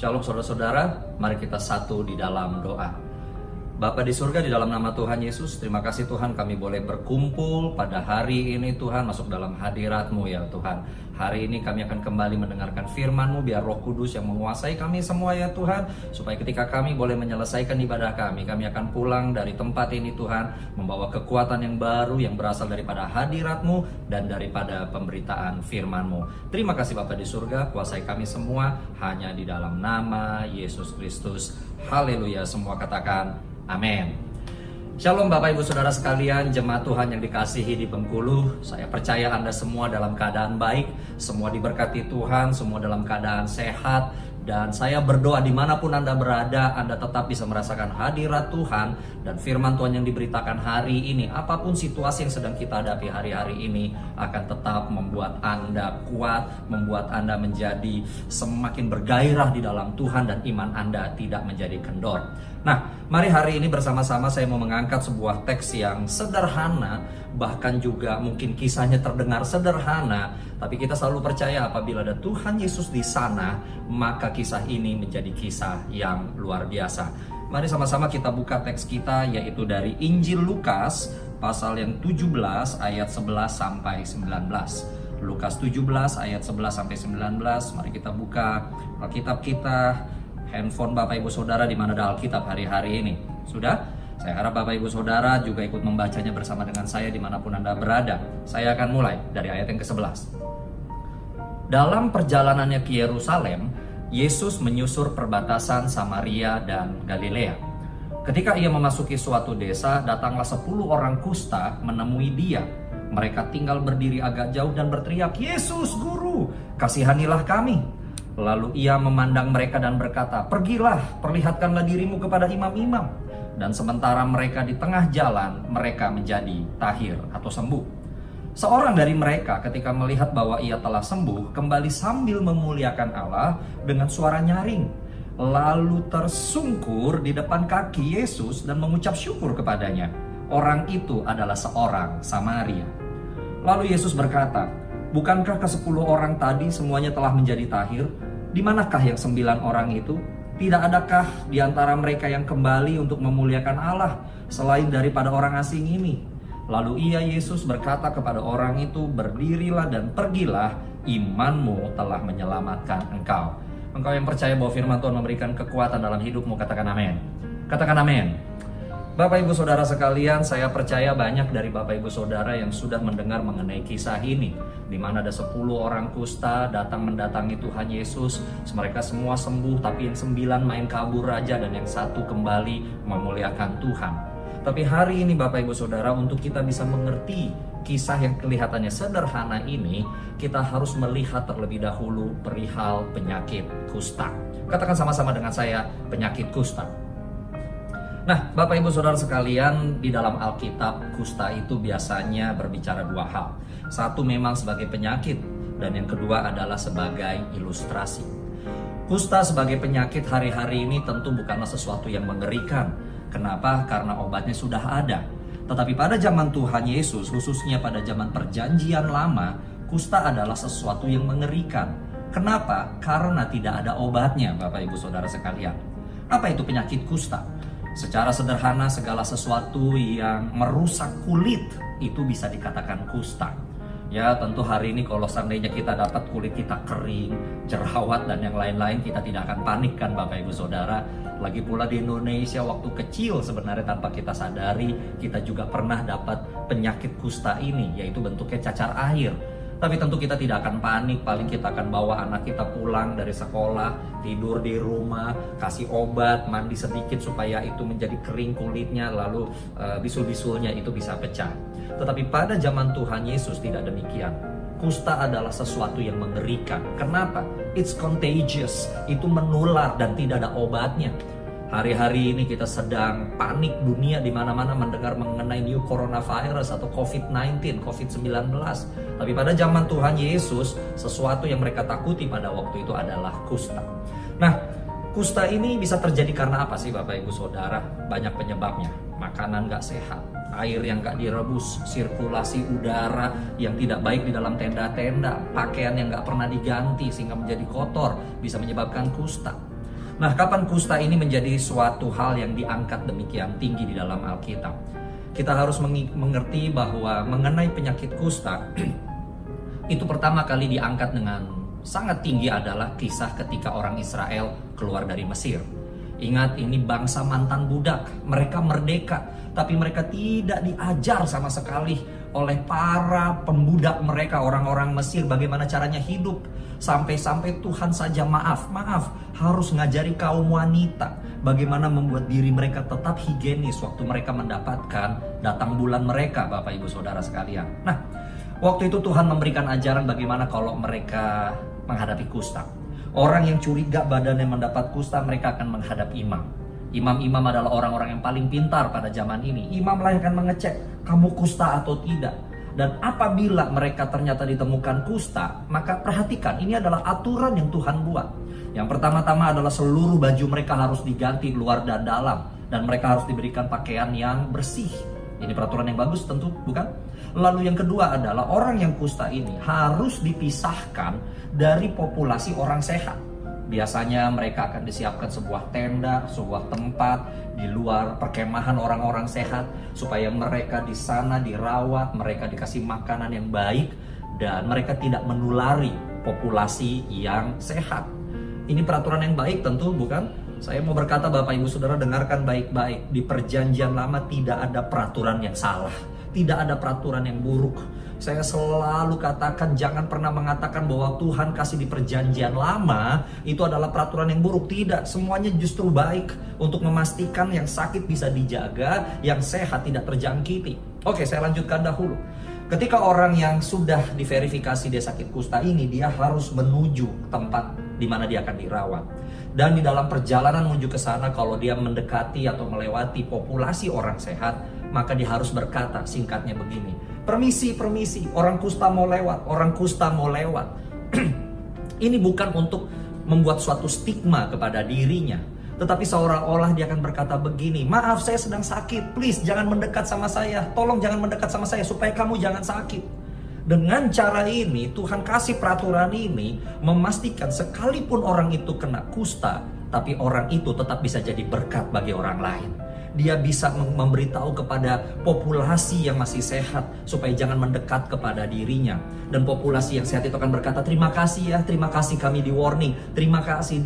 Shalom saudara-saudara, mari kita satu di dalam doa. Bapa di surga, di dalam nama Tuhan Yesus, terima kasih Tuhan kami boleh berkumpul pada hari ini Tuhan, masuk dalam hadirat-Mu ya Tuhan. Hari ini kami akan kembali mendengarkan firman-Mu, biar Roh Kudus yang menguasai kami semua ya Tuhan, supaya ketika kami boleh menyelesaikan ibadah kami akan pulang dari tempat ini Tuhan, membawa kekuatan yang baru yang berasal daripada hadirat-Mu dan daripada pemberitaan firman-Mu. Terima kasih Bapa di surga, kuasai kami semua hanya di dalam nama Yesus Kristus. Haleluya, semua katakan amin. Shalom Bapak Ibu Saudara sekalian, jemaat Tuhan yang dikasihi di Bengkulu. Saya percaya Anda semua dalam keadaan baik, semua diberkati Tuhan, semua dalam keadaan sehat. Dan saya berdoa dimanapun Anda berada, Anda tetap bisa merasakan hadirat Tuhan dan firman Tuhan yang diberitakan hari ini. Apapun situasi yang sedang kita hadapi hari-hari ini akan tetap membuat Anda kuat, membuat Anda menjadi semakin bergairah di dalam Tuhan dan iman Anda tidak menjadi kendor. Nah, mari hari ini bersama-sama saya mau mengangkat sebuah teks yang sederhana, bahkan juga mungkin kisahnya terdengar sederhana, tapi kita selalu percaya apabila ada Tuhan Yesus di sana, maka kisah ini menjadi kisah yang luar biasa. Mari sama-sama kita buka teks kita, yaitu dari Injil Lukas pasal yang 17 ayat 11 sampai 19. Lukas 17 ayat 11 sampai 19. Mari kita buka Alkitab kita, handphone Bapak Ibu Saudara di mana ada Alkitab hari-hari ini. Sudah? Saya harap Bapak Ibu Saudara juga ikut membacanya bersama dengan saya dimanapun Anda berada. Saya akan mulai dari ayat yang ke-11. Dalam perjalanannya ke Yerusalem, Yesus menyusur perbatasan Samaria dan Galilea. Ketika ia memasuki suatu desa, datanglah 10 orang kusta menemui dia. Mereka tinggal berdiri agak jauh dan berteriak, "Yesus, Guru, kasihanilah kami." Lalu ia memandang mereka dan berkata, "Pergilah, perlihatkanlah dirimu kepada imam-imam." Dan sementara mereka di tengah jalan, mereka menjadi tahir atau sembuh. Seorang dari mereka ketika melihat bahwa ia telah sembuh, kembali sambil memuliakan Allah dengan suara nyaring. Lalu tersungkur di depan kaki Yesus dan mengucap syukur kepadanya. Orang itu adalah seorang Samaria. Lalu Yesus berkata, "Bukankah ke-10 orang tadi semuanya telah menjadi tahir? Di manakah yang 9 orang itu? Tidak adakah di antara mereka yang kembali untuk memuliakan Allah selain daripada orang asing ini?" Lalu ia Yesus berkata kepada orang itu, "Berdirilah dan pergilah, imanmu telah menyelamatkan engkau." Engkau yang percaya bahwa firman Tuhan memberikan kekuatan dalam hidupmu, katakan amin. Katakan amin. Bapak Ibu Saudara sekalian, saya percaya banyak dari Bapak Ibu Saudara yang sudah mendengar mengenai kisah ini, di mana ada 10 orang kusta datang mendatangi Tuhan Yesus. Mereka semua sembuh, tapi yang 9 main kabur aja dan yang 1 kembali memuliakan Tuhan. Tapi hari ini Bapak Ibu Saudara, untuk kita bisa mengerti kisah yang kelihatannya sederhana ini, kita harus melihat terlebih dahulu perihal penyakit kusta. Katakan sama-sama dengan saya, penyakit kusta. Nah, Bapak Ibu Saudara sekalian, di dalam Alkitab, kusta itu biasanya berbicara 2 hal. Satu memang sebagai penyakit, dan yang kedua adalah sebagai ilustrasi. Kusta sebagai penyakit hari-hari ini tentu bukanlah sesuatu yang mengerikan. Kenapa? Karena obatnya sudah ada. Tetapi pada zaman Tuhan Yesus, khususnya pada zaman perjanjian lama, kusta adalah sesuatu yang mengerikan. Kenapa? Karena tidak ada obatnya, Bapak Ibu Saudara sekalian. Apa itu penyakit kusta? Secara sederhana, segala sesuatu yang merusak kulit itu bisa dikatakan kusta. Ya, tentu hari ini kalau seandainya kita dapat kulit kita kering, jerawat dan yang lain-lain, kita tidak akan panik kan Bapak Ibu Saudara. Lagi pula di Indonesia waktu kecil sebenarnya tanpa kita sadari, kita juga pernah dapat penyakit kusta ini, yaitu bentuknya cacar air. Tapi tentu kita tidak akan panik, paling kita akan bawa anak kita pulang dari sekolah, tidur di rumah, kasih obat, mandi sedikit supaya itu menjadi kering kulitnya, lalu bisul-bisulnya itu bisa pecah. Tetapi pada zaman Tuhan Yesus tidak demikian. Kusta adalah sesuatu yang mengerikan. Kenapa? It's contagious, itu menular dan tidak ada obatnya. Hari-hari ini kita sedang panik, dunia di mana-mana mendengar mengenai new coronavirus atau COVID-19, COVID-19. Tapi pada zaman Tuhan Yesus, sesuatu yang mereka takuti pada waktu itu adalah kusta. Nah, kusta ini bisa terjadi karena apa sih Bapak Ibu Saudara? Banyak penyebabnya. Makanan gak sehat, air yang gak direbus, sirkulasi udara yang tidak baik di dalam tenda-tenda, pakaian yang gak pernah diganti sehingga menjadi kotor, bisa menyebabkan kusta. Nah, kapan kusta ini menjadi suatu hal yang diangkat demikian tinggi di dalam Alkitab? Kita harus mengerti bahwa mengenai penyakit kusta itu pertama kali diangkat dengan sangat tinggi adalah kisah ketika orang Israel keluar dari Mesir. Ingat, ini bangsa mantan budak, mereka merdeka, tapi mereka tidak diajar sama sekali oleh para pembudak mereka, orang-orang Mesir, bagaimana caranya hidup. Sampai-sampai Tuhan saja maaf, harus ngajari kaum wanita bagaimana membuat diri mereka tetap higienis waktu mereka mendapatkan datang bulan mereka, Bapak Ibu Saudara sekalian. Nah, waktu itu Tuhan memberikan ajaran bagaimana kalau mereka menghadapi kusta. Orang yang curiga badannya mendapat kusta, mereka akan menghadap imam. Imam-imam adalah orang-orang yang paling pintar pada zaman ini. Imam lah yang akan mengecek kamu kusta atau tidak. Dan apabila mereka ternyata ditemukan kusta, maka perhatikan, ini adalah aturan yang Tuhan buat. Yang pertama-tama adalah seluruh baju mereka harus diganti luar dan dalam, dan mereka harus diberikan pakaian yang bersih. Ini peraturan yang bagus tentu, bukan? Lalu yang kedua adalah orang yang kusta ini harus dipisahkan dari populasi orang sehat. Biasanya mereka akan disiapkan sebuah tenda, sebuah tempat di luar perkemahan orang-orang sehat, supaya mereka di sana dirawat, mereka dikasih makanan yang baik, dan mereka tidak menulari populasi yang sehat. Ini peraturan yang baik tentu, bukan? Saya mau berkata, Bapak Ibu Saudara, dengarkan baik-baik. Di perjanjian lama tidak ada peraturan yang salah, tidak ada peraturan yang buruk. Saya selalu katakan, jangan pernah mengatakan bahwa Tuhan kasih di perjanjian lama itu adalah peraturan yang buruk. Tidak, semuanya justru baik untuk memastikan yang sakit bisa dijaga, yang sehat tidak terjangkiti. Oke, saya lanjutkan dahulu. Ketika orang yang sudah diverifikasi dia sakit kusta ini, dia harus menuju tempat di mana dia akan dirawat. Dan di dalam perjalanan menuju ke sana, kalau dia mendekati atau melewati populasi orang sehat, maka dia harus berkata, singkatnya begini, permisi, orang kusta mau lewat. Ini bukan untuk membuat suatu stigma kepada dirinya, tetapi seolah-olah dia akan berkata begini, maaf saya sedang sakit, please jangan mendekat sama saya, tolong jangan mendekat sama saya supaya kamu jangan sakit. Dengan cara ini Tuhan kasih peraturan ini memastikan sekalipun orang itu kena kusta, tapi orang itu tetap bisa jadi berkat bagi orang lain. Dia bisa memberitahu kepada populasi yang masih sehat supaya jangan mendekat kepada dirinya. Dan populasi yang sehat itu akan berkata, terima kasih ya, terima kasih kami di warning, terima kasih.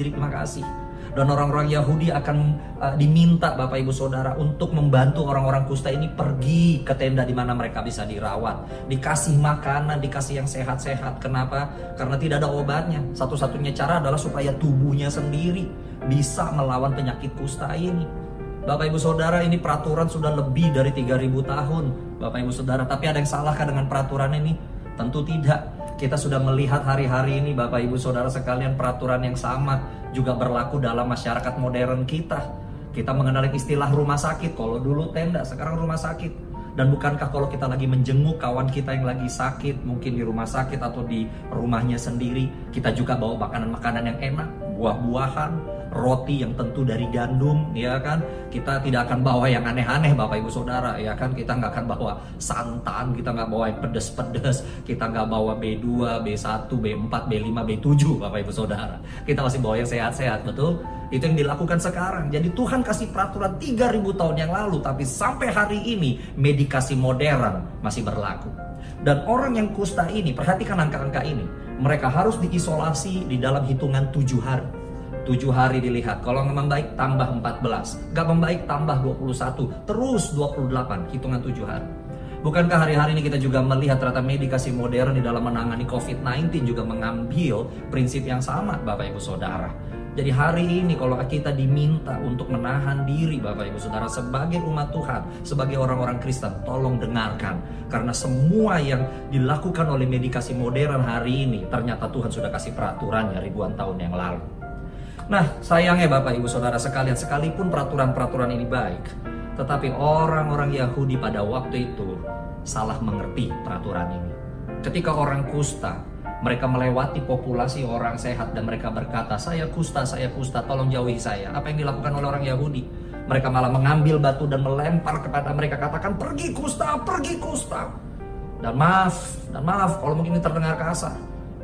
Dan orang-orang Yahudi akan diminta, Bapak Ibu Saudara, untuk membantu orang-orang kusta ini pergi ke tenda di mana mereka bisa dirawat, dikasih makanan, dikasih yang sehat-sehat. Kenapa? Karena tidak ada obatnya. Satu-satunya cara adalah supaya tubuhnya sendiri bisa melawan penyakit kusta ini. Bapak Ibu Saudara, ini peraturan sudah lebih dari 3.000 tahun, Bapak Ibu Saudara. Tapi ada yang salahkah dengan peraturan ini? Tentu tidak. Kita sudah melihat hari-hari ini, Bapak Ibu Saudara sekalian, peraturan yang sama juga berlaku dalam masyarakat modern kita. Kita mengenal istilah rumah sakit. Kalau dulu tenda, sekarang rumah sakit. Dan bukankah kalau kita lagi menjenguk kawan kita yang lagi sakit, mungkin di rumah sakit atau di rumahnya sendiri, kita juga bawa makanan-makanan yang enak, buah-buahan, roti yang tentu dari gandum, ya kan? Kita tidak akan bawa yang aneh-aneh, Bapak Ibu Saudara, ya kan? Kita nggak akan bawa santan, kita nggak bawa yang pedes-pedes, kita nggak bawa B2, B1, B4, B5, B7, Bapak Ibu Saudara. Kita masih bawa yang sehat-sehat, betul? Itu yang dilakukan sekarang. Jadi Tuhan kasih peraturan 3.000 tahun yang lalu, tapi sampai hari ini medikasi modern masih berlaku. Dan orang yang kusta ini, perhatikan angka-angka ini, mereka harus diisolasi di dalam hitungan 7 hari. 7 hari dilihat, kalau membaik tambah 14, gak membaik tambah 21, terus 28, hitungan 7 hari. Bukankah hari-hari ini kita juga melihat ternyata medikasi modern di dalam menangani COVID-19 juga mengambil prinsip yang sama, Bapak Ibu Saudara. Jadi hari ini kalau kita diminta untuk menahan diri, Bapak Ibu Saudara, sebagai umat Tuhan, sebagai orang-orang Kristen, tolong dengarkan. Karena semua yang dilakukan oleh medikasi modern hari ini, ternyata Tuhan sudah kasih peraturannya ribuan tahun yang lalu. Nah, sayangnya Bapak Ibu Saudara sekalian, sekalipun peraturan-peraturan ini baik, tetapi orang-orang Yahudi pada waktu itu salah mengerti peraturan ini. Ketika orang kusta, mereka melewati populasi orang sehat dan mereka berkata, saya kusta, tolong jauhi saya. Apa yang dilakukan oleh orang Yahudi? Mereka malah mengambil batu dan melempar kepada mereka, katakan, pergi kusta. Dan maaf, kalau mungkin ini terdengar kasar,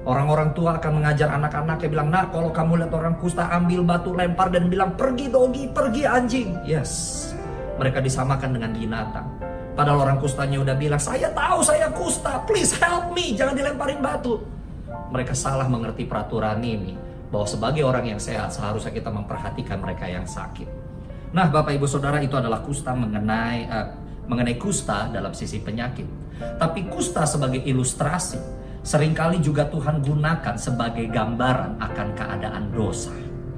Orang-orang tua akan mengajar anak-anaknya bilang, nah kalau kamu lihat orang kusta ambil batu lempar dan bilang pergi dogi, pergi anjing. Yes, mereka disamakan dengan binatang. Padahal orang kustanya udah bilang, saya tahu saya kusta, please help me, jangan dilemparin batu. Mereka salah mengerti peraturan ini, bahwa sebagai orang yang sehat seharusnya kita memperhatikan mereka yang sakit. Nah Bapak Ibu Saudara, itu adalah kusta mengenai kusta dalam sisi penyakit. Tapi kusta sebagai ilustrasi seringkali juga Tuhan gunakan sebagai gambaran akan keadaan dosa.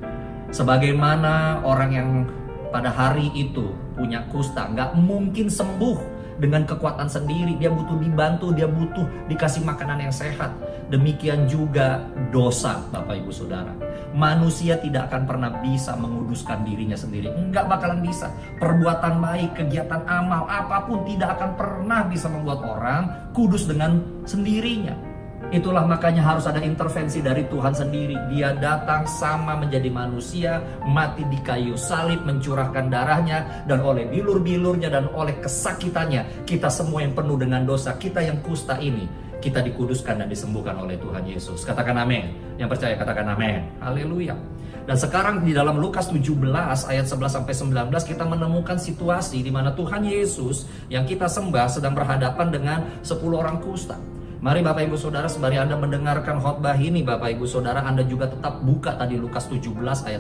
Sebagaimana orang yang pada hari itu punya kusta nggak mungkin sembuh dengan kekuatan sendiri. Dia butuh dibantu, dia butuh dikasih makanan yang sehat. Demikian juga dosa, Bapak Ibu Saudara. Manusia tidak akan pernah bisa menguduskan dirinya sendiri. Nggak bakalan bisa. Perbuatan baik, kegiatan amal, apapun tidak akan pernah bisa membuat orang kudus dengan sendirinya. Itulah makanya harus ada intervensi dari Tuhan sendiri. Dia datang sama menjadi manusia, mati di kayu salib, mencurahkan darahnya, dan oleh bilur-bilurnya dan oleh kesakitannya, kita semua yang penuh dengan dosa, kita yang kusta ini, kita dikuduskan dan disembuhkan oleh Tuhan Yesus. Katakan amin. Yang percaya katakan amin. Haleluya. Dan sekarang di dalam Lukas 17 ayat 11-19 kita menemukan situasi di mana Tuhan Yesus yang kita sembah sedang berhadapan dengan 10 orang kusta. Mari Bapak Ibu Saudara, sembari Anda mendengarkan khotbah ini, Bapak Ibu Saudara, Anda juga tetap buka tadi Lukas 17 ayat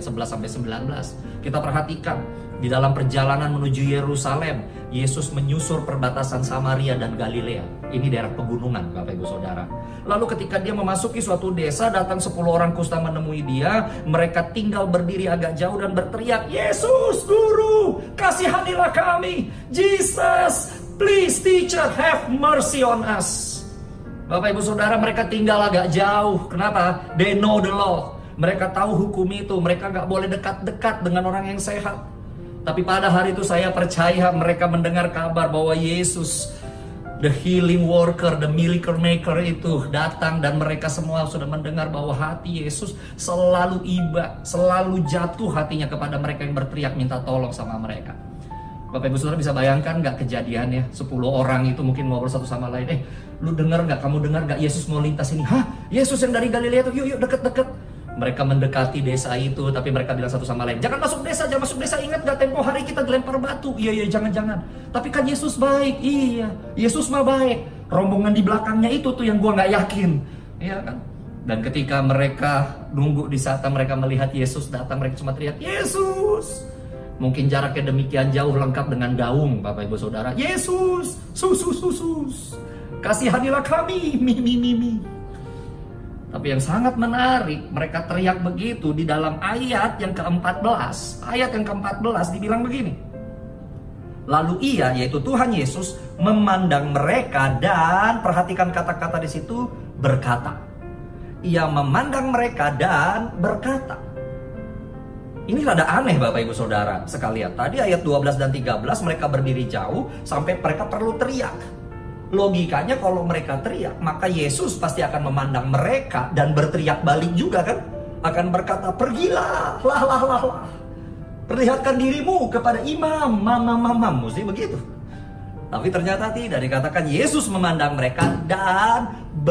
11-19. Kita perhatikan di dalam perjalanan menuju Yerusalem, Yesus menyusur perbatasan Samaria dan Galilea. Ini daerah pegunungan Bapak Ibu Saudara. Lalu ketika dia memasuki suatu desa, datang 10 orang kusta menemui dia. Mereka tinggal berdiri agak jauh dan berteriak, Yesus Guru, kasihanilah kami. Jesus, please teacher, have mercy on us. Bapak Ibu Saudara, mereka tinggal agak jauh. Kenapa? They know the law. Mereka tahu hukum itu. Mereka gak boleh dekat-dekat dengan orang yang sehat. Tapi pada hari itu saya percaya mereka mendengar kabar bahwa Yesus, the healing worker, the miracle maker itu datang. Dan mereka semua sudah mendengar bahwa hati Yesus selalu iba, selalu jatuh hatinya kepada mereka yang berteriak minta tolong sama mereka. Bapak Ibu Saudara bisa bayangkan gak kejadiannya? 10 orang itu mungkin ngobrol satu sama lain. Lu dengar gak? Kamu dengar gak Yesus mau lintas ini? Hah? Yesus yang dari Galilea itu? Yuk deket-deket. Mereka mendekati desa itu, tapi mereka bilang satu sama lain, jangan masuk desa, jangan masuk desa. Ingat gak tempo hari kita dilempar batu? Iya, jangan. Tapi kan Yesus baik. Iya, Yesus mah baik. Rombongan di belakangnya itu tuh yang gua gak yakin. Iya kan? Dan ketika mereka nunggu di saat mereka melihat Yesus datang, mereka cuma teriak, Yesus! Mungkin jaraknya demikian jauh, lengkap dengan gaung, Bapak Ibu Saudara. Yesus, sus, kasihanilah kami, mi. Tapi yang sangat menarik, mereka teriak begitu di dalam ayat yang ke-14. Ayat yang ke-14 dibilang begini. Lalu ia, yaitu Tuhan Yesus, memandang mereka dan, perhatikan kata-kata di situ, berkata. Ia memandang mereka dan berkata. Ini rada aneh Bapak Ibu Saudara sekalian. Tadi ayat 12 dan 13 mereka berdiri jauh sampai mereka perlu teriak. Logikanya kalau mereka teriak, maka Yesus pasti akan memandang mereka dan berteriak balik juga kan? Akan berkata, pergilah, lah. Perlihatkan dirimu kepada imam, mamam, mesti begitu. Tapi ternyata tidak, dikatakan Yesus memandang mereka dan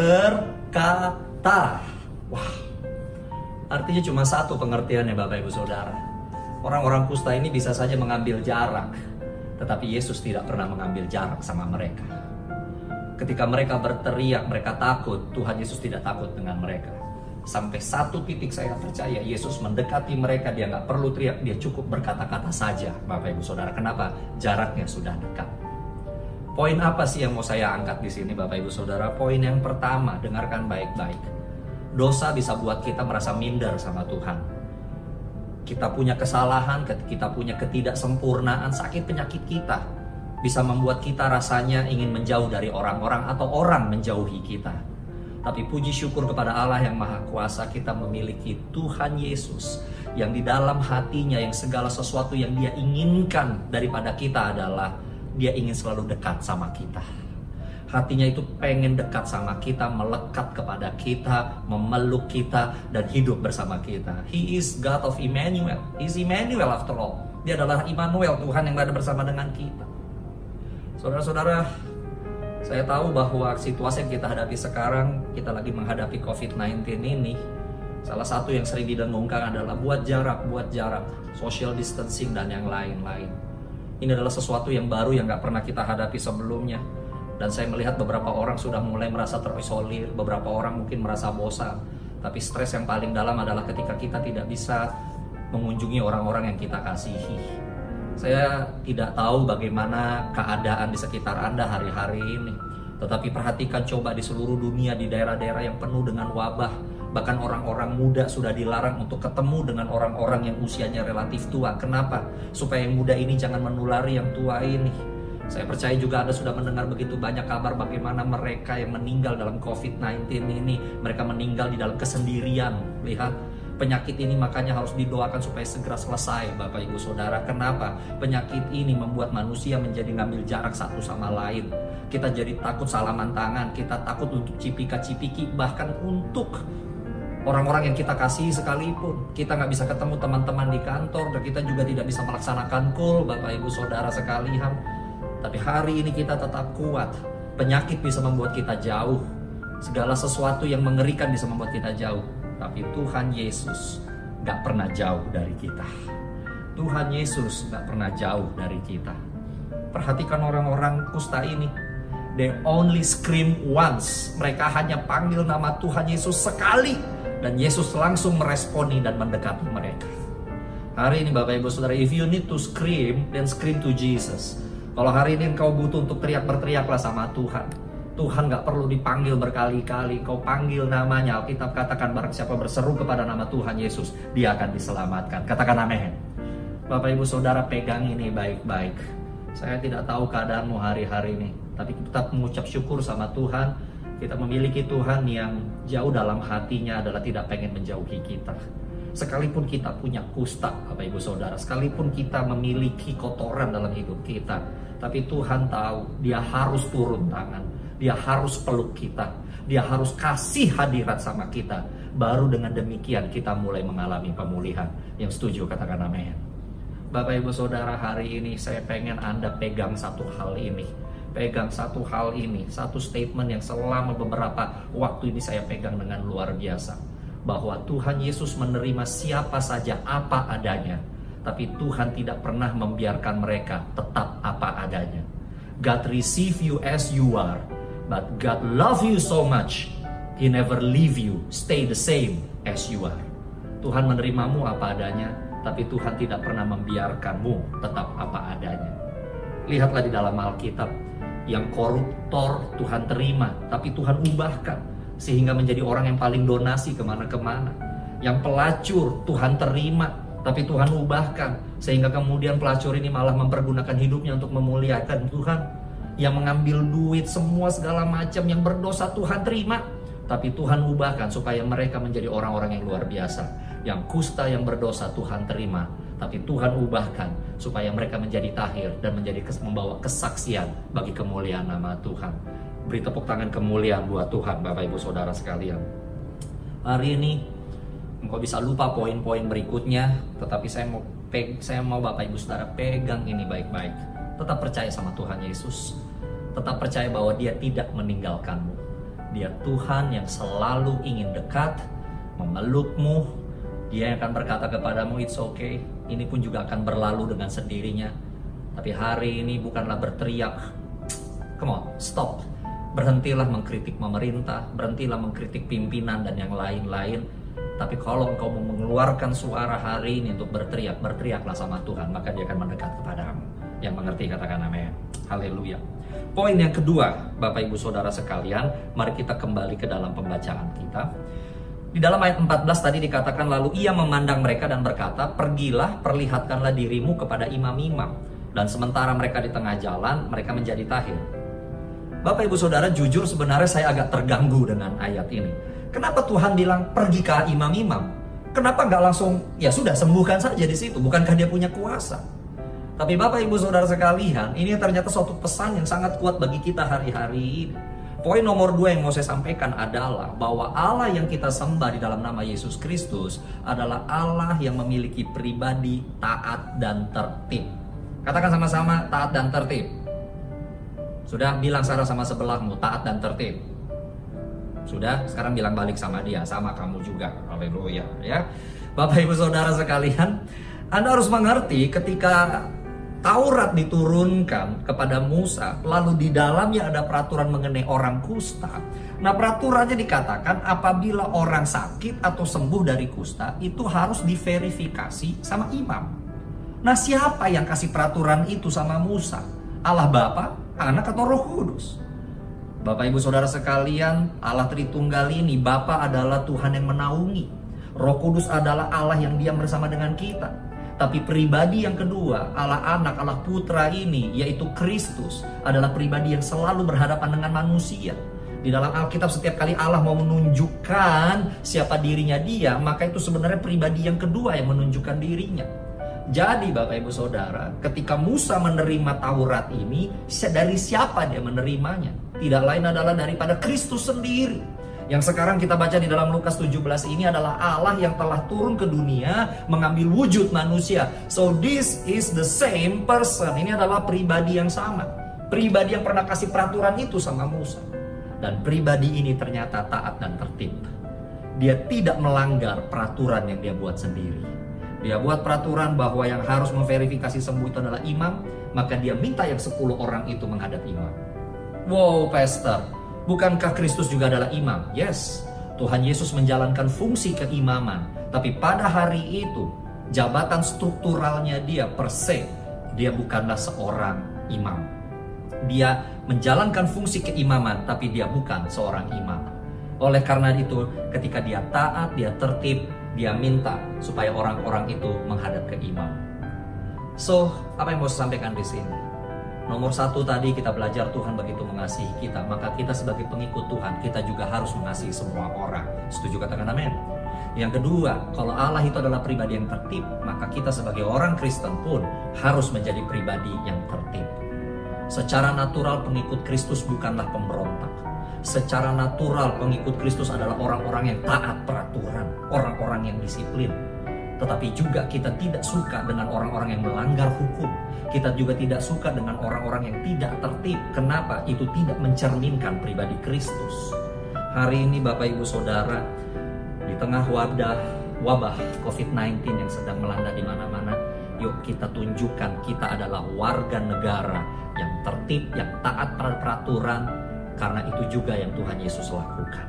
berkata. Wah. Artinya cuma satu pengertiannya Bapak Ibu Saudara. Orang-orang kusta ini bisa saja mengambil jarak, tetapi Yesus tidak pernah mengambil jarak sama mereka. Ketika mereka berteriak, mereka takut, Tuhan Yesus tidak takut dengan mereka. Sampai satu titik saya percaya Yesus mendekati mereka, dia nggak perlu teriak, dia cukup berkata-kata saja Bapak Ibu Saudara. Kenapa? Jaraknya sudah dekat. Poin apa sih yang mau saya angkat di sini Bapak Ibu Saudara? Poin yang pertama, dengarkan baik-baik. Dosa bisa buat kita merasa minder sama Tuhan. Kita punya kesalahan, kita punya ketidaksempurnaan, sakit penyakit kita bisa membuat kita rasanya ingin menjauh dari orang-orang atau orang menjauhi kita. Tapi puji syukur kepada Allah yang Maha Kuasa, kita memiliki Tuhan Yesus yang di dalam hatinya, yang segala sesuatu yang dia inginkan daripada kita adalah dia ingin selalu dekat sama kita. Hatinya itu pengen dekat sama kita, melekat kepada kita, memeluk kita, dan hidup bersama kita. He is God of Emmanuel. He is Emmanuel after all. Dia adalah Immanuel, Tuhan yang berada bersama dengan kita. Saudara-saudara, Saya tahu bahwa situasi yang kita hadapi sekarang, kita lagi menghadapi COVID-19 ini, salah satu yang sering didengungkan adalah buat jarak, social distancing dan yang lain-lain. Ini adalah sesuatu yang baru yang gak pernah kita hadapi sebelumnya. Dan saya melihat beberapa orang sudah mulai merasa terisolir, beberapa orang mungkin merasa bosan. Tapi stres yang paling dalam adalah ketika kita tidak bisa mengunjungi orang-orang yang kita kasihi. Saya tidak tahu bagaimana keadaan di sekitar Anda hari-hari ini. Tetapi perhatikan coba di seluruh dunia, di daerah-daerah yang penuh dengan wabah. Bahkan orang-orang muda sudah dilarang untuk ketemu dengan orang-orang yang usianya relatif tua. Kenapa? Supaya yang muda ini jangan menulari yang tua ini. Saya percaya juga Anda sudah mendengar begitu banyak kabar bagaimana mereka yang meninggal dalam COVID-19 ini. Mereka meninggal di dalam kesendirian. Lihat. Penyakit ini makanya harus didoakan supaya segera selesai, Bapak Ibu Saudara. Kenapa? Penyakit ini membuat manusia menjadi ngambil jarak satu sama lain. Kita jadi takut salaman tangan, kita takut untuk cipika-cipiki, bahkan untuk orang-orang yang kita kasih sekalipun. Kita nggak bisa ketemu teman-teman di kantor, dan kita juga tidak bisa melaksanakan call, Bapak Ibu Saudara sekalian. Tapi hari ini kita tetap kuat. Penyakit bisa membuat kita jauh. Segala sesuatu yang mengerikan bisa membuat kita jauh. Tapi Tuhan Yesus gak pernah jauh dari kita. Tuhan Yesus gak pernah jauh dari kita. Perhatikan orang-orang kusta ini. They only scream once. Mereka hanya panggil nama Tuhan Yesus sekali. Dan Yesus langsung meresponi dan mendekati mereka. Hari ini Bapak Ibu Saudara, if you need to scream, then scream to Jesus. Kalau hari ini engkau butuh untuk teriak, berteriaklah sama Tuhan. Tuhan gak perlu dipanggil berkali-kali. Kau panggil namanya. Alkitab katakan barang siapa berseru kepada nama Tuhan Yesus, dia akan diselamatkan. Katakan amin. Bapak Ibu Saudara, pegang ini baik-baik. Saya tidak tahu keadaanmu hari-hari ini, tapi tetap mengucap syukur sama Tuhan. Kita memiliki Tuhan yang jauh dalam hatinya adalah tidak pengen menjauhi kita. Sekalipun kita punya kusta, Bapak Ibu Saudara, sekalipun kita memiliki kotoran dalam hidup kita, tapi Tuhan tahu dia harus turun tangan. Dia harus peluk kita. Dia harus kasih hadirat sama kita. Baru dengan demikian kita mulai mengalami pemulihan. Yang setuju katakan amin. Bapak Ibu Saudara, hari ini saya pengen Anda pegang satu hal ini. Pegang satu hal ini. Satu statement yang selama beberapa waktu ini saya pegang dengan luar biasa. Bahwa Tuhan Yesus menerima siapa saja apa adanya. Tapi Tuhan tidak pernah membiarkan mereka tetap apa adanya. God receive you as you are. But God love you so much, He never leave you, stay the same as you are. Tuhan menerimamu apa adanya, tapi Tuhan tidak pernah membiarkanmu tetap apa adanya. Lihatlah di dalam Alkitab, yang koruptor Tuhan terima, tapi Tuhan ubahkan, sehingga menjadi orang yang paling donasi kemana-kemana. Yang pelacur Tuhan terima, tapi Tuhan ubahkan, sehingga kemudian pelacur ini malah mempergunakan hidupnya untuk memuliakan Tuhan. Yang mengambil duit, semua segala macam yang berdosa Tuhan terima, tapi Tuhan ubahkan supaya mereka menjadi orang-orang yang luar biasa. Yang kusta yang berdosa Tuhan terima, tapi Tuhan ubahkan supaya mereka menjadi tahir dan menjadi membawa kesaksian bagi kemuliaan nama Tuhan. Beri tepuk tangan kemuliaan buat Tuhan, Bapak Ibu Saudara sekalian. Hari ini engkau bisa lupa poin-poin berikutnya, tetapi saya mau Bapak Ibu Saudara pegang ini baik-baik. Tetap percaya sama Tuhan Yesus. Tetap percaya bahwa Dia tidak meninggalkanmu. Dia Tuhan yang selalu ingin dekat, memelukmu. Dia yang akan berkata kepadamu, it's okay. Ini pun juga akan berlalu dengan sendirinya. Tapi hari ini bukanlah berteriak. Come on, stop. Berhentilah mengkritik pemerintah, berhentilah mengkritik pimpinan dan yang lain-lain. Tapi kalau engkau mau mengeluarkan suara hari ini untuk berteriak, berteriaklah sama Tuhan, maka Dia akan mendekat kepadamu. Yang mengerti katakan amin. Haleluya. Poin yang kedua, Bapak Ibu Saudara sekalian, mari kita kembali ke dalam pembacaan kita. Di dalam ayat 14 tadi dikatakan, lalu ia memandang mereka dan berkata, pergilah, perlihatkanlah dirimu kepada imam-imam. Dan sementara mereka di tengah jalan, mereka menjadi tahir. Bapak Ibu Saudara, jujur sebenarnya saya agak terganggu dengan ayat ini. Kenapa Tuhan bilang pergi ke imam-imam? Kenapa nggak langsung, ya sudah sembuhkan saja di situ? Bukankah Dia punya kuasa? Tapi Bapak Ibu Saudara sekalian, ini ternyata suatu pesan yang sangat kuat bagi kita hari-hari ini. Poin nomor 2 yang mau saya sampaikan adalah bahwa Allah yang kita sembah di dalam nama Yesus Kristus adalah Allah yang memiliki pribadi taat dan tertib. Katakan sama-sama, taat dan tertib. Sudah, bilang sama sebelahmu, taat dan tertib. Sudah, sekarang bilang balik sama dia, sama kamu juga. Haleluya, ya. Bapak Ibu Saudara sekalian, Anda harus mengerti ketika Taurat diturunkan kepada Musa, lalu di dalamnya ada peraturan mengenai orang kusta. Nah, peraturannya dikatakan apabila orang sakit atau sembuh dari kusta, itu harus diverifikasi sama imam. Nah, siapa yang kasih peraturan itu sama Musa? Allah Bapa, Anak, atau Roh Kudus? Bapak Ibu Saudara sekalian, Allah Tritunggal ini, Bapa adalah Tuhan yang menaungi. Roh Kudus adalah Allah yang diam bersama dengan kita. Tapi pribadi yang kedua, Allah Anak, Allah Putra ini, yaitu Kristus, adalah pribadi yang selalu berhadapan dengan manusia. Di dalam Alkitab setiap kali Allah mau menunjukkan siapa dirinya dia, maka itu sebenarnya pribadi yang kedua yang menunjukkan dirinya. Jadi Bapak Ibu Saudara, ketika Musa menerima Taurat ini, dari siapa dia menerimanya? Tidak lain adalah daripada Kristus sendiri. Yang sekarang kita baca di dalam Lukas 17 ini adalah Allah yang telah turun ke dunia mengambil wujud manusia. So this is the same person. Ini adalah pribadi yang sama. Pribadi yang pernah kasih peraturan itu sama Musa. Dan pribadi ini ternyata taat dan tertib. Dia tidak melanggar peraturan yang dia buat sendiri. Dia buat peraturan bahwa yang harus memverifikasi sembuh itu adalah imam. Maka dia minta yang 10 orang itu menghadap imam. Wow, pastor, bukankah Kristus juga adalah imam? Yes, Tuhan Yesus menjalankan fungsi keimaman. Tapi pada hari itu, jabatan strukturalnya dia per se, dia bukanlah seorang imam. Dia menjalankan fungsi keimaman, tapi dia bukan seorang imam. Oleh karena itu, ketika dia taat, dia tertib, dia minta supaya orang-orang itu menghadap ke imam. So, apa yang mau saya sampaikan di sini? Nomor 1 tadi kita belajar Tuhan begitu mengasihi kita, maka kita sebagai pengikut Tuhan, kita juga harus mengasihi semua orang. Setuju, katakan amin. Yang kedua, kalau Allah itu adalah pribadi yang tertib, maka kita sebagai orang Kristen pun harus menjadi pribadi yang tertib. Secara natural pengikut Kristus bukanlah pemberontak. Secara natural pengikut Kristus adalah orang-orang yang taat peraturan, orang-orang yang disiplin. Tetapi juga kita tidak suka dengan orang-orang yang melanggar hukum. Kita juga tidak suka dengan orang-orang yang tidak tertib. Kenapa? Itu tidak mencerminkan pribadi Kristus. Hari ini Bapak Ibu Saudara, di tengah wabah COVID-19 yang sedang melanda di mana-mana, yuk kita tunjukkan kita adalah warga negara yang tertib, yang taat pada peraturan, karena itu juga yang Tuhan Yesus lakukan.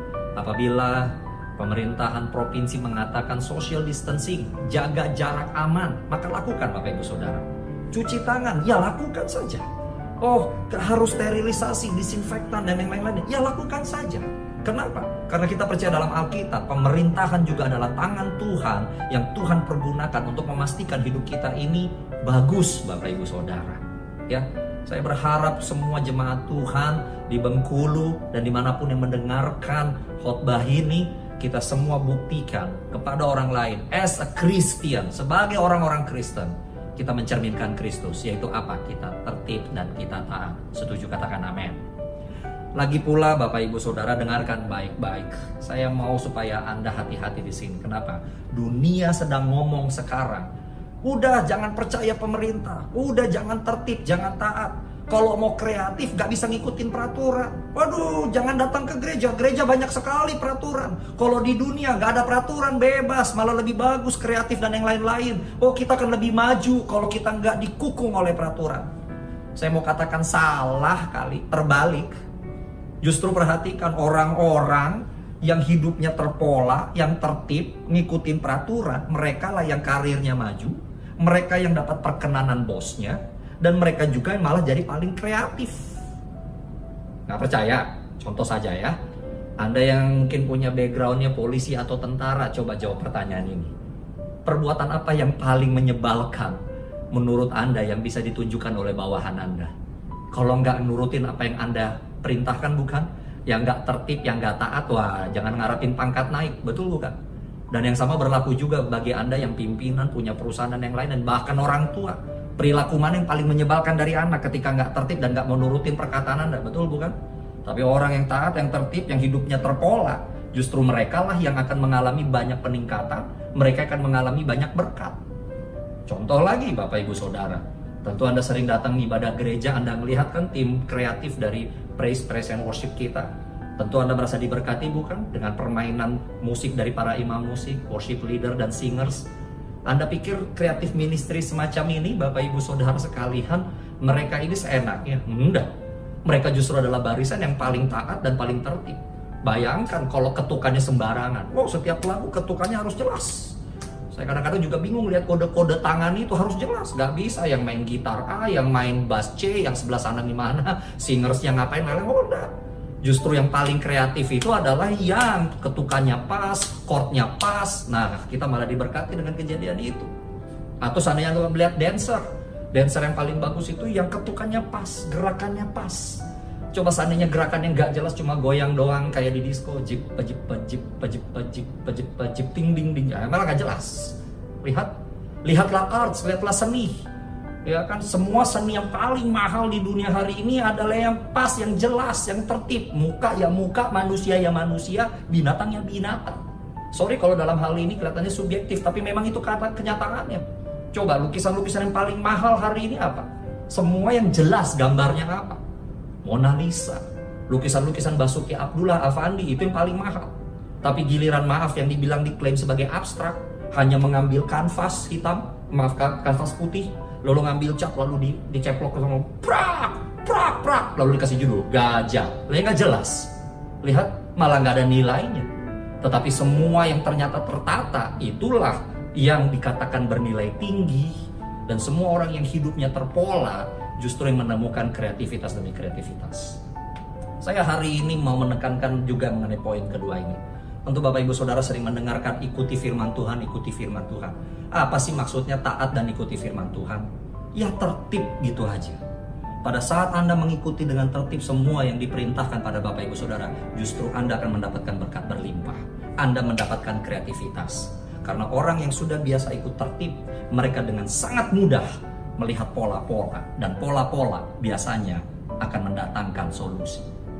Apabila pemerintahan provinsi mengatakan social distancing, jaga jarak aman, maka lakukan Bapak Ibu Saudara. Cuci tangan, ya lakukan saja. Oh, harus sterilisasi, disinfektan dan yang lain-lain, ya lakukan saja. Kenapa? Karena kita percaya dalam Alkitab, pemerintahan juga adalah tangan Tuhan yang Tuhan pergunakan untuk memastikan hidup kita ini bagus, Bapak Ibu Saudara. Ya, saya berharap semua jemaat Tuhan di Bengkulu dan dimanapun yang mendengarkan khotbah ini, kita semua buktikan kepada orang lain, as a Christian, sebagai orang-orang Kristen, kita mencerminkan Kristus, yaitu apa? Kita tertib dan kita taat. Setuju, katakan amin. Lagi pula Bapak Ibu Saudara, dengarkan baik-baik. Saya mau supaya Anda hati-hati di sini. Kenapa? Dunia sedang ngomong sekarang, udah jangan percaya pemerintah, udah jangan tertib, jangan taat. Kalau mau kreatif gak bisa ngikutin peraturan. Waduh, jangan datang ke gereja, gereja banyak sekali peraturan. Kalau di dunia gak ada peraturan, bebas, malah lebih bagus, kreatif dan yang lain-lain. Oh, kita akan lebih maju kalau kita gak dikukung oleh peraturan. Saya mau katakan salah kali, terbalik. Justru perhatikan orang-orang yang hidupnya terpola, yang tertib, ngikutin peraturan, mereka lah yang karirnya maju, mereka yang dapat perkenanan bosnya, dan mereka juga yang malah jadi paling kreatif. Nggak percaya? Contoh saja ya. Anda yang mungkin punya backgroundnya polisi atau tentara, coba jawab pertanyaan ini. Perbuatan apa yang paling menyebalkan menurut Anda yang bisa ditunjukkan oleh bawahan Anda? Kalau nggak nurutin apa yang Anda perintahkan, bukan? Yang nggak tertib, yang nggak taat, wah jangan ngarepin pangkat naik, betul bukan? Dan yang sama berlaku juga bagi Anda yang pimpinan, punya perusahaan dan yang lain, dan bahkan orang tua. Perilaku mana yang paling menyebalkan dari anak ketika nggak tertib dan nggak mau nurutin perkataan Anda, betul bukan? Tapi orang yang taat, yang tertib, yang hidupnya terpola, justru mereka lah yang akan mengalami banyak peningkatan, mereka akan mengalami banyak berkat. Contoh lagi Bapak Ibu Saudara, Tentu Anda sering datang ibadah gereja, Anda melihat kan tim kreatif dari praise and worship kita. Tentu Anda merasa diberkati bukan? Dengan permainan musik dari para imam musik, worship leader dan singers. Anda pikir kreatif ministry semacam ini, Bapak Ibu Saudara sekalian, mereka ini seenaknya? Enggak. Mereka justru adalah barisan yang paling taat dan paling tertib. Bayangkan kalau ketukannya sembarangan. Wow, setiap lagu ketukannya harus jelas. Saya kadang-kadang juga bingung lihat kode-kode tangan itu harus jelas. Gak bisa yang main gitar A, yang main bass C, yang sebelah sana gimana, singers yang ngapain, leleng, enggak. Justru yang paling kreatif itu adalah yang ketukannya pas, chordnya pas. Nah, kita malah diberkati dengan kejadian itu. Atau seandainya Anda melihat dancer yang paling bagus itu yang ketukannya pas, gerakannya pas. Coba seandainya gerakannya nggak jelas, cuma goyang doang kayak di disco, jip, pajip, pajip, pajip, pajip, pajip, pajip, ting, ding, ding, ya, malah nggak jelas. Lihatlah arts, lihatlah seni. Ya kan, semua seni yang paling mahal di dunia hari ini adalah yang pas, yang jelas, yang tertib. Muka ya muka, manusia ya manusia, binatang ya binatang. Sorry kalau dalam hal ini kelihatannya subjektif, tapi memang itu kata kenyataannya. Coba lukisan-lukisan yang paling mahal hari ini apa? Semua yang jelas gambarnya apa? Mona Lisa, lukisan-lukisan Basuki Abdullah Afandi itu yang paling mahal. Tapi giliran maaf yang diklaim sebagai abstrak, hanya mengambil kanvas hitam, kanvas putih, lalu ngambil cat lalu diceplok sama prak, lalu dikasih judul gajah. Lihat nggak jelas, lihat malah nggak ada nilainya. Tetapi semua yang ternyata tertata itulah yang dikatakan bernilai tinggi, dan semua orang yang hidupnya terpola justru yang menemukan kreativitas demi kreativitas. Saya hari ini mau menekankan juga mengenai poin kedua ini. Tentu Bapak Ibu Saudara sering mendengarkan ikuti firman Tuhan, ikuti firman Tuhan. Apa sih maksudnya taat dan ikuti firman Tuhan? Ya tertib gitu aja. Pada saat Anda mengikuti dengan tertib semua yang diperintahkan pada Bapak Ibu Saudara, justru Anda akan mendapatkan berkat berlimpah. Anda mendapatkan kreativitas. Karena orang yang sudah biasa ikut tertib, mereka dengan sangat mudah melihat pola-pola, dan pola-pola biasanya akan mendatangkan solusi.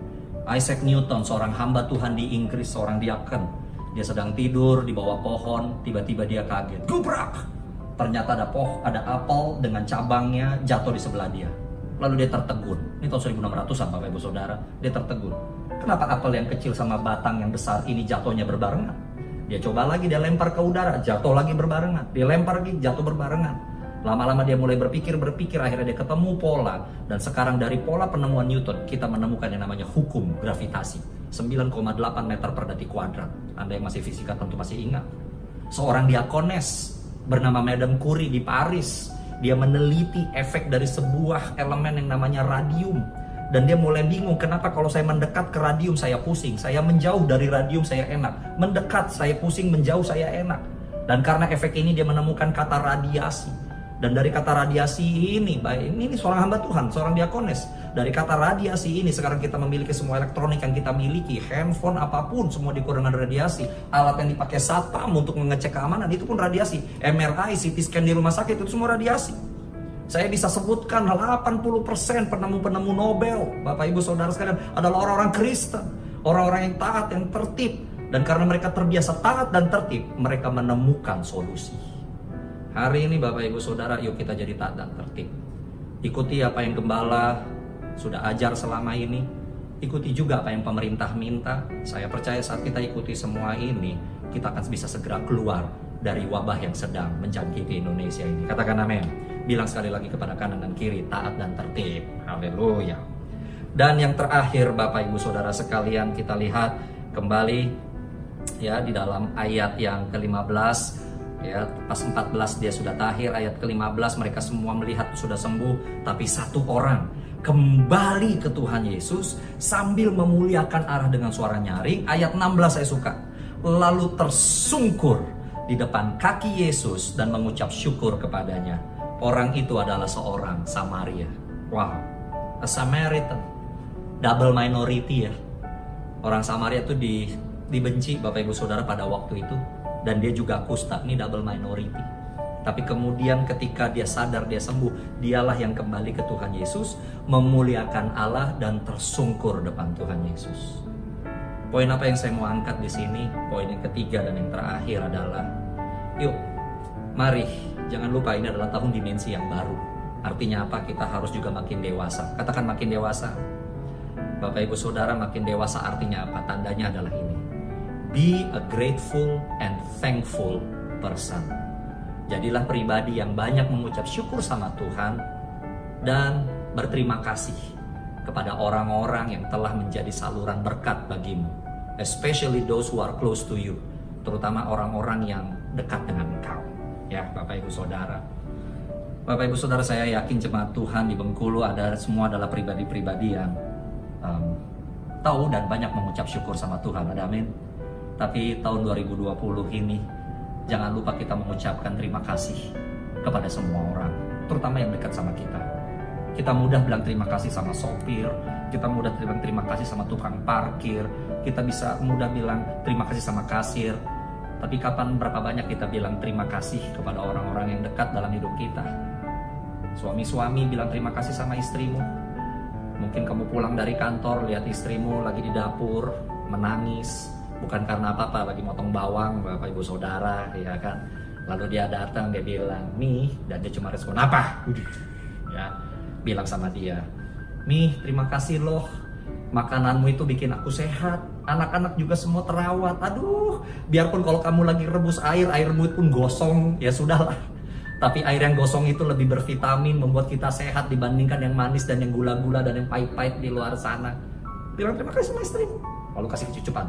Isaac Newton, seorang hamba Tuhan di Inggris, seorang diaken, dia sedang tidur di bawah pohon, tiba-tiba dia kaget, gubrak! Ternyata ada apel dengan cabangnya jatuh di sebelah dia. Lalu dia tertegun. Ini tahun 1600-an Bapak Ibu Saudara, dia tertegun. Kenapa apel yang kecil sama batang yang besar ini jatuhnya berbarengan? Dia coba lagi, dia lempar ke udara, jatuh lagi berbarengan. Dia lempar lagi, jatuh berbarengan. Lama-lama dia mulai berpikir, akhirnya dia ketemu pola. Dan sekarang dari pola penemuan Newton, kita menemukan yang namanya hukum gravitasi. 9,8 meter per detik kuadrat. Anda yang masih fisika tentu masih ingat. Seorang diakones bernama Madame Curie di Paris, dia meneliti efek dari sebuah elemen yang namanya radium. Dan dia mulai bingung, kenapa kalau saya mendekat ke radium saya pusing, saya menjauh dari radium saya enak, mendekat saya pusing, menjauh saya enak. Dan karena efek ini dia menemukan kata radiasi. Dan dari kata radiasi ini seorang hamba Tuhan, seorang diakones. Dari kata radiasi ini sekarang kita memiliki semua elektronik yang kita miliki, handphone apapun semua diukur dengan radiasi. Alat yang dipakai satpam untuk mengecek keamanan itu pun radiasi. MRI, CT scan di rumah sakit itu semua radiasi. Saya bisa sebutkan 80% penemu-penemu Nobel, Bapak Ibu Saudara sekalian, adalah orang-orang Kristen, orang-orang yang taat, yang tertib. Dan karena mereka terbiasa taat dan tertib, mereka menemukan solusi. Hari ini Bapak Ibu Saudara, yuk kita jadi taat dan tertib. Ikuti apa yang gembala sudah ajar selama ini. Ikuti juga apa yang pemerintah minta. Saya percaya saat kita ikuti semua ini, kita akan bisa segera keluar dari wabah yang sedang menjangkiti Indonesia ini. Katakan amin. Bilang sekali lagi kepada kanan dan kiri, taat dan tertib. Haleluya. Dan yang terakhir Bapak Ibu Saudara sekalian, kita lihat kembali ya di dalam ayat yang ke-15. Ya, pas 14 dia sudah tahir, ayat ke-15 mereka semua melihat sudah sembuh, tapi satu orang kembali ke Tuhan Yesus sambil memuliakan Allah dengan suara nyaring. Ayat 16 saya suka. Lalu tersungkur di depan kaki Yesus dan mengucap syukur kepadanya. Orang itu adalah seorang Samaria. Wow, a Samaritan, double minority ya. Orang Samaria itu dibenci Bapak Ibu Saudara pada waktu itu. Dan dia juga kusta, ini double minority. Tapi kemudian ketika dia sadar dia sembuh, dialah yang kembali ke Tuhan Yesus, memuliakan Allah dan tersungkur depan Tuhan Yesus. Poin apa yang saya mau angkat di sini? Poin yang ketiga dan yang terakhir adalah, yuk, mari, jangan lupa ini adalah tahun dimensi yang baru. Artinya apa? Kita harus juga makin dewasa. Katakan makin dewasa. Bapak Ibu Saudara, makin dewasa artinya apa? Tandanya adalah ini. Be a grateful and thankful person. Jadilah pribadi yang banyak mengucap syukur sama Tuhan dan berterima kasih kepada orang-orang yang telah menjadi saluran berkat bagimu. Especially those who are close to you. Terutama orang-orang yang dekat dengan engkau. Ya, Bapak Ibu Saudara. Bapak Ibu Saudara, saya yakin jemaat Tuhan di Bengkulu semua adalah pribadi-pribadi yang tahu dan banyak mengucap syukur sama Tuhan. Ada amin. Tapi tahun 2020 ini jangan lupa kita mengucapkan terima kasih kepada semua orang, terutama yang dekat sama kita. Kita mudah bilang terima kasih sama sopir, kita mudah bilang terima kasih sama tukang parkir, kita bisa mudah bilang terima kasih sama kasir. Tapi berapa banyak kita bilang terima kasih kepada orang-orang yang dekat dalam hidup kita? Suami-suami bilang terima kasih sama istrimu. Mungkin kamu pulang dari kantor, lihat istrimu lagi di dapur, menangis. Bukan karena apa-apa, lagi motong bawang, Bapak Ibu Saudara, ya kan. Lalu dia datang, dia bilang, "Mi," dan dia cuma respon, "Apa?" Ya, bilang sama dia, "Mi, terima kasih loh. Makananmu itu bikin aku sehat. Anak-anak juga semua terawat. Aduh, biarpun kalau kamu lagi rebus airmu pun gosong, ya sudahlah. Tapi air yang gosong itu lebih bervitamin, membuat kita sehat dibandingkan yang manis dan yang gula-gula dan yang pahit-pahit di luar sana." Bilang terima kasih sama istrimu. Lalu kasih kecucupan.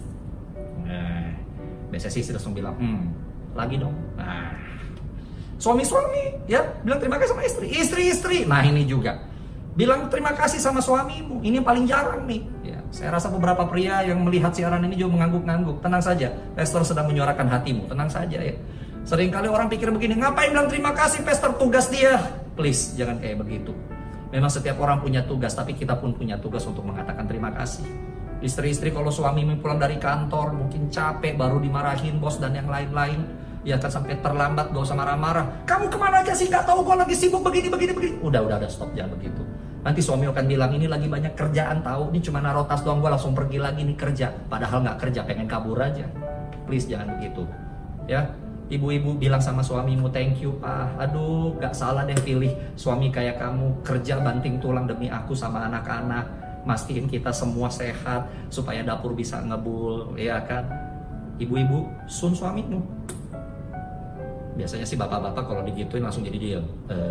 Biasanya sih langsung bilang, lagi dong. Nah, suami-suami, ya, bilang terima kasih sama istri. Istri-istri, nah ini juga. Bilang terima kasih sama suamimu. Ini yang paling jarang nih. Ya, saya rasa beberapa pria yang melihat siaran ini juga mengangguk-ngangguk. Tenang saja, pastor sedang menyuarakan hatimu. Tenang saja ya. Seringkali orang pikir begini, ngapain bilang terima kasih pastor, tugas dia. Please, jangan kayak begitu. Memang setiap orang punya tugas, tapi kita pun punya tugas untuk mengatakan terima kasih. Istri-istri, kalau suamimu pulang dari kantor, mungkin capek, baru dimarahin bos dan yang lain-lain. Ya kan, sampai terlambat, gak usah marah-marah. "Kamu kemana aja sih? Gak tahu gue lagi sibuk begini. Udah, stop, jangan begitu. Nanti suami akan bilang, "Ini lagi banyak kerjaan tahu. Ini cuma naruh tas doang, gue langsung pergi lagi nih kerja." Padahal gak kerja, pengen kabur aja. Please, jangan begitu. Ya, ibu-ibu bilang sama suamimu, "Thank you Pak. Aduh, gak salah deh pilih suami kayak kamu. Kerja banting tulang demi aku sama anak-anak. Mastiin kita semua sehat supaya dapur bisa ngebul." Ya kan, ibu-ibu, sun suamimu. Biasanya sih bapak-bapak kalau digituin langsung jadi diam.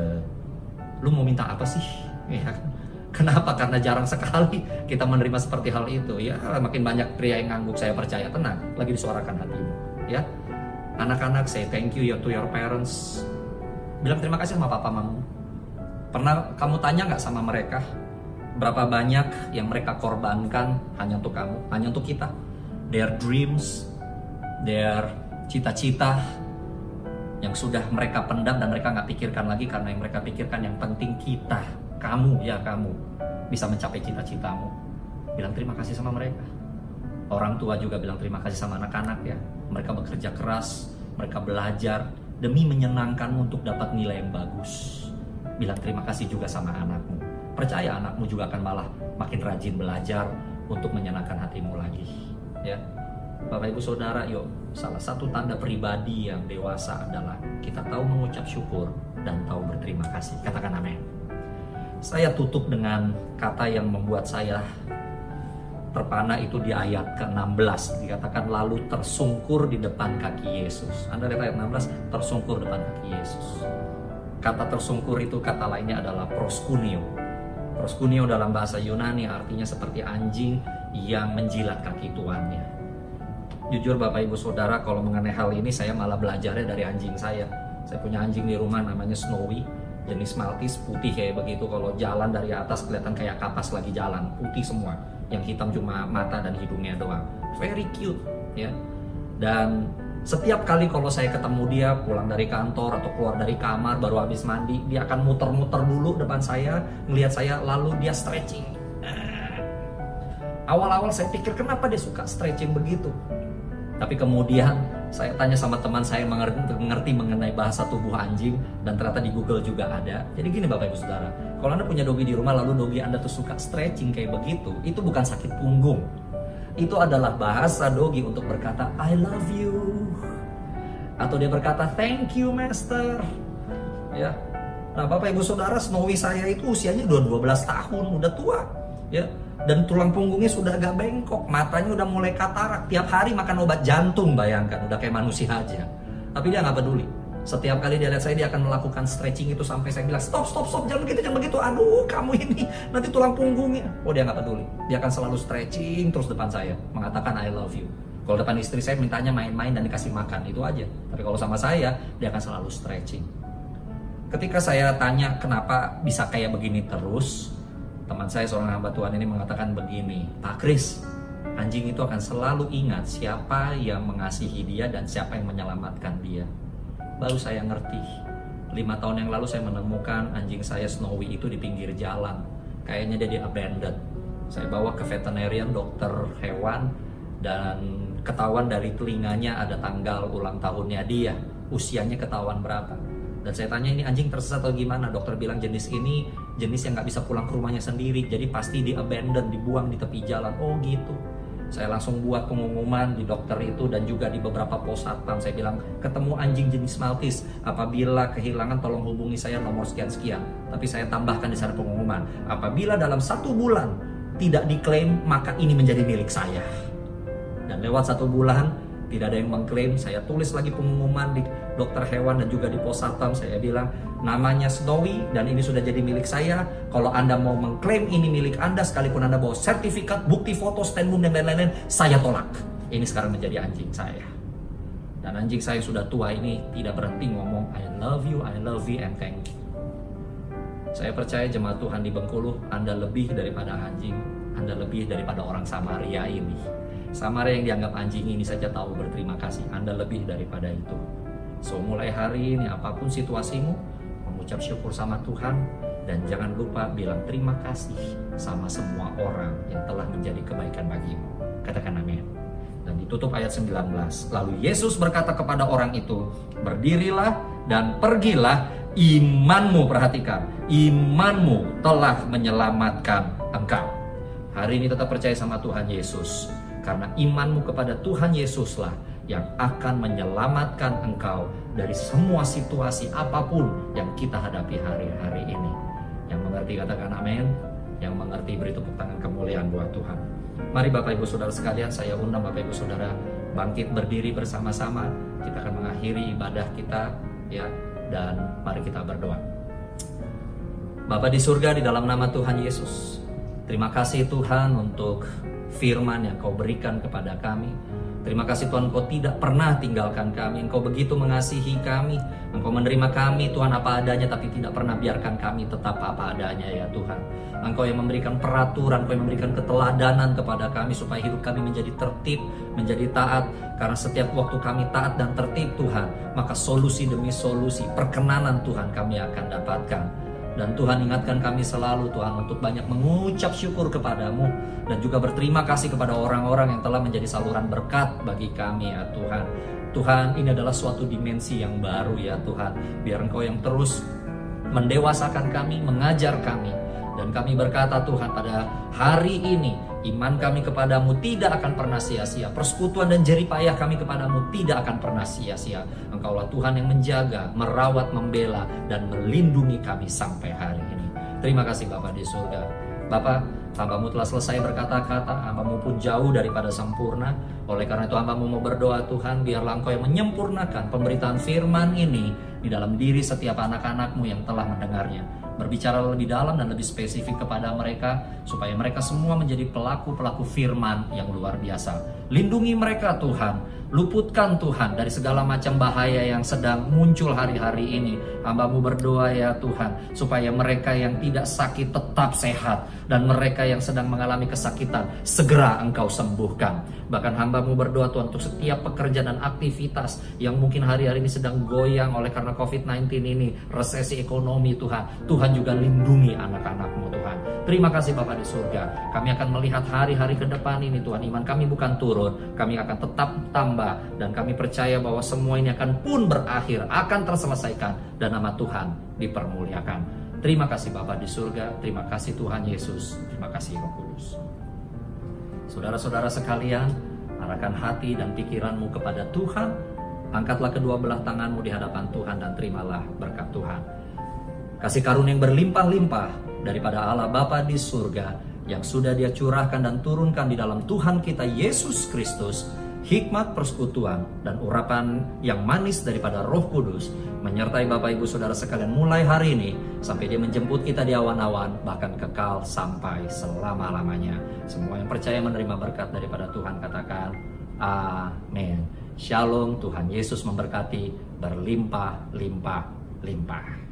Lu mau minta apa sih? Ya kan? Kenapa? Karena jarang sekali kita menerima seperti hal itu. Ya, makin banyak pria yang ngangguk, saya percaya. Tenang, lagi disuarakan hatimu. Ya, anak-anak, say thank you to your parents. Bilang terima kasih sama papa mamamu. Pernah kamu tanya nggak sama mereka? Berapa banyak yang mereka korbankan hanya untuk kamu, hanya untuk kita. Their dreams, their cita-cita yang sudah mereka pendam dan mereka nggak pikirkan lagi, karena yang mereka pikirkan yang penting kita, kamu bisa mencapai cita-citamu. Bilang terima kasih sama mereka. Orang tua juga bilang terima kasih sama anak-anak ya. Mereka bekerja keras, mereka belajar demi menyenangkanmu untuk dapat nilai yang bagus. Bilang terima kasih juga sama anakmu. Percaya anakmu juga akan malah makin rajin belajar untuk menyenangkan hatimu lagi. Ya, Bapak Ibu Saudara, yuk, salah satu tanda pribadi yang dewasa adalah kita tahu mengucap syukur dan tahu berterima kasih. Katakan amin. Saya tutup dengan kata yang membuat saya terpana, itu di ayat ke-16. Dikatakan lalu tersungkur di depan kaki Yesus. Anda lihat ayat 16, tersungkur depan kaki Yesus. Kata tersungkur itu kata lainnya adalah proskuneo. Proskuneo dalam bahasa Yunani artinya seperti anjing yang menjilat kaki tuannya. Jujur Bapak Ibu Saudara, kalau mengenai hal ini saya malah belajarnya dari anjing saya. Saya punya anjing di rumah namanya Snowy, jenis Maltese, putih kayak begitu. Kalau jalan dari atas kelihatan kayak kapas lagi jalan, putih semua. Yang hitam cuma mata dan hidungnya doang. Very cute ya. Dan setiap kali kalau saya ketemu dia pulang dari kantor atau keluar dari kamar baru habis mandi, dia akan muter-muter dulu depan saya, ngelihat saya, lalu dia stretching. Awal-awal saya pikir kenapa dia suka stretching begitu. Tapi kemudian saya tanya sama teman saya yang mengerti mengenai bahasa tubuh anjing, dan ternyata di Google juga ada. Jadi gini Bapak Ibu Saudara, kalau Anda punya dogi di rumah lalu dogi Anda tuh suka stretching kayak begitu, itu bukan sakit punggung. Itu adalah bahasa dogi untuk berkata I love you, atau dia berkata thank you master. Ya, Nah, Bapak Ibu Saudara, Snowy saya itu usianya udah 12 tahun, udah tua, ya. Dan tulang punggungnya sudah agak bengkok, matanya udah mulai katarak, tiap hari makan obat jantung, bayangkan, udah kayak manusia aja. Tapi dia nggak peduli. Setiap kali dia lihat saya, dia akan melakukan stretching itu sampai saya bilang, stop, jangan begitu, aduh kamu ini nanti tulang punggungnya. Oh, dia nggak peduli, dia akan selalu stretching terus depan saya, mengatakan I love you. Kalau depan istri saya mintanya main-main dan dikasih makan, itu aja. Tapi kalau sama saya, dia akan selalu stretching. Ketika saya tanya kenapa bisa kayak begini terus, teman saya seorang hamba Tuhan ini mengatakan begini, Pak Kris, anjing itu akan selalu ingat siapa yang mengasihi dia dan siapa yang menyelamatkan dia. Baru saya ngerti. 5 tahun yang lalu saya menemukan anjing saya Snowy itu di pinggir jalan. Kayaknya dia di abandoned. Saya bawa ke veterinarian, dokter hewan, dan ketahuan dari telinganya ada tanggal ulang tahunnya dia. Usianya ketahuan berapa. Dan saya tanya, ini anjing tersesat atau gimana? Dokter bilang jenis ini jenis yang nggak bisa pulang ke rumahnya sendiri. Jadi pasti di abandon, dibuang di tepi jalan. Oh gitu. Saya langsung buat pengumuman di dokter itu dan juga di beberapa pos satpam. Saya bilang, ketemu anjing jenis Maltese, apabila kehilangan tolong hubungi saya nomor sekian-sekian. Tapi saya tambahkan di sana pengumuman, apabila dalam 1 bulan tidak diklaim, maka ini menjadi milik saya. Dan lewat 1 bulan tidak ada yang mengklaim. Saya tulis lagi pengumuman di dokter hewan dan juga di pos satpam. Saya bilang, namanya Snowy dan ini sudah jadi milik saya. Kalau Anda mau mengklaim ini milik Anda, sekalipun Anda bawa sertifikat, bukti foto, stand boom dan lain-lain, saya tolak. Ini sekarang menjadi anjing saya. Dan anjing saya sudah tua ini tidak berhenti ngomong I love you and thank you. Saya percaya jemaat Tuhan di Bengkulu, Anda lebih daripada anjing, Anda lebih daripada orang Samaria ini. Samaria yang dianggap anjing ini saja tahu berterima kasih. Anda lebih daripada itu. So mulai hari ini apapun situasimu, mengucap syukur sama Tuhan, dan jangan lupa bilang terima kasih sama semua orang yang telah menjadi kebaikan bagimu. Katakan amin. Dan ditutup ayat 19. Lalu Yesus berkata kepada orang itu, berdirilah dan pergilah, imanmu, perhatikan, imanmu telah menyelamatkan engkau. Hari ini tetap percaya sama Tuhan Yesus, karena imanmu kepada Tuhan Yesuslah yang akan menyelamatkan engkau dari semua situasi apapun yang kita hadapi hari-hari ini. Yang mengerti katakan amin. Yang mengerti beri tepuk tangan kemuliaan buat Tuhan. Mari Bapak Ibu Saudara sekalian, saya undang Bapak Ibu Saudara bangkit berdiri bersama-sama. Kita akan mengakhiri ibadah kita, ya, dan mari kita berdoa. Bapa di surga, di dalam nama Tuhan Yesus, terima kasih Tuhan untuk firman yang Kau berikan kepada kami. Terima kasih Tuhan, Engkau tidak pernah tinggalkan kami. Engkau begitu mengasihi kami. Engkau menerima kami Tuhan apa adanya, tapi tidak pernah biarkan kami tetap apa adanya ya Tuhan. Engkau yang memberikan peraturan, Engkau yang memberikan keteladanan kepada kami supaya hidup kami menjadi tertib, menjadi taat. Karena setiap waktu kami taat dan tertib Tuhan, maka solusi demi solusi, perkenanan Tuhan kami akan dapatkan. Dan Tuhan ingatkan kami selalu Tuhan untuk banyak mengucap syukur kepadamu dan juga berterima kasih kepada orang-orang yang telah menjadi saluran berkat bagi kami ya Tuhan. Tuhan, ini adalah suatu dimensi yang baru ya Tuhan. Biar Engkau yang terus mendewasakan kami, mengajar kami. Dan kami berkata Tuhan, pada hari ini iman kami kepadamu tidak akan pernah sia-sia. Persekutuan dan jerih payah kami kepadamu tidak akan pernah sia-sia. Engkaulah Tuhan yang menjaga, merawat, membela, dan melindungi kami sampai hari ini. Terima kasih Bapa di surga. Bapa, hamba-Mu telah selesai berkata-kata, hamba-Mu pun jauh daripada sempurna. Oleh karena itu hamba-Mu mau berdoa Tuhan, biarlah Engkau yang menyempurnakan pemberitaan firman ini di dalam diri setiap anak-anak-Mu yang telah mendengarnya. Berbicara lebih dalam dan lebih spesifik kepada mereka, supaya mereka semua menjadi pelaku-pelaku firman yang luar biasa. Lindungi mereka Tuhan, luputkan Tuhan dari segala macam bahaya yang sedang muncul hari-hari ini. Hamba-Mu berdoa ya Tuhan, supaya mereka yang tidak sakit tetap sehat, dan mereka yang sedang mengalami kesakitan segera Engkau sembuhkan. Bahkan hamba-Mu berdoa Tuhan untuk setiap pekerjaan dan aktivitas yang mungkin hari-hari ini sedang goyang oleh karena COVID-19 ini, resesi ekonomi Tuhan. Tuhan juga lindungi anak-anak-Mu Tuhan. Terima kasih Bapa di surga. Kami akan melihat hari-hari ke depan ini Tuhan. Iman kami bukan turun, kami akan tetap tambah. Dan kami percaya bahwa semua ini akan pun berakhir, akan terselesaikan, dan nama Tuhan dipermuliakan. Terima kasih Bapa di surga. Terima kasih Tuhan Yesus. Terima kasih Roh Kudus. Saudara-saudara sekalian, arahkan hati dan pikiranmu kepada Tuhan. Angkatlah kedua belah tanganmu di hadapan Tuhan dan terimalah berkat Tuhan. kasih karunia yang berlimpah-limpah daripada Allah Bapa di surga yang sudah Dia curahkan dan turunkan di dalam Tuhan kita Yesus Kristus, hikmat persekutuan dan urapan yang manis daripada Roh Kudus menyertai Bapak Ibu Saudara sekalian mulai hari ini sampai Dia menjemput kita di awan-awan, bahkan kekal sampai selama-lamanya. Semua yang percaya menerima berkat daripada Tuhan katakan amin. Shalom, Tuhan Yesus memberkati berlimpah-limpah-limpah.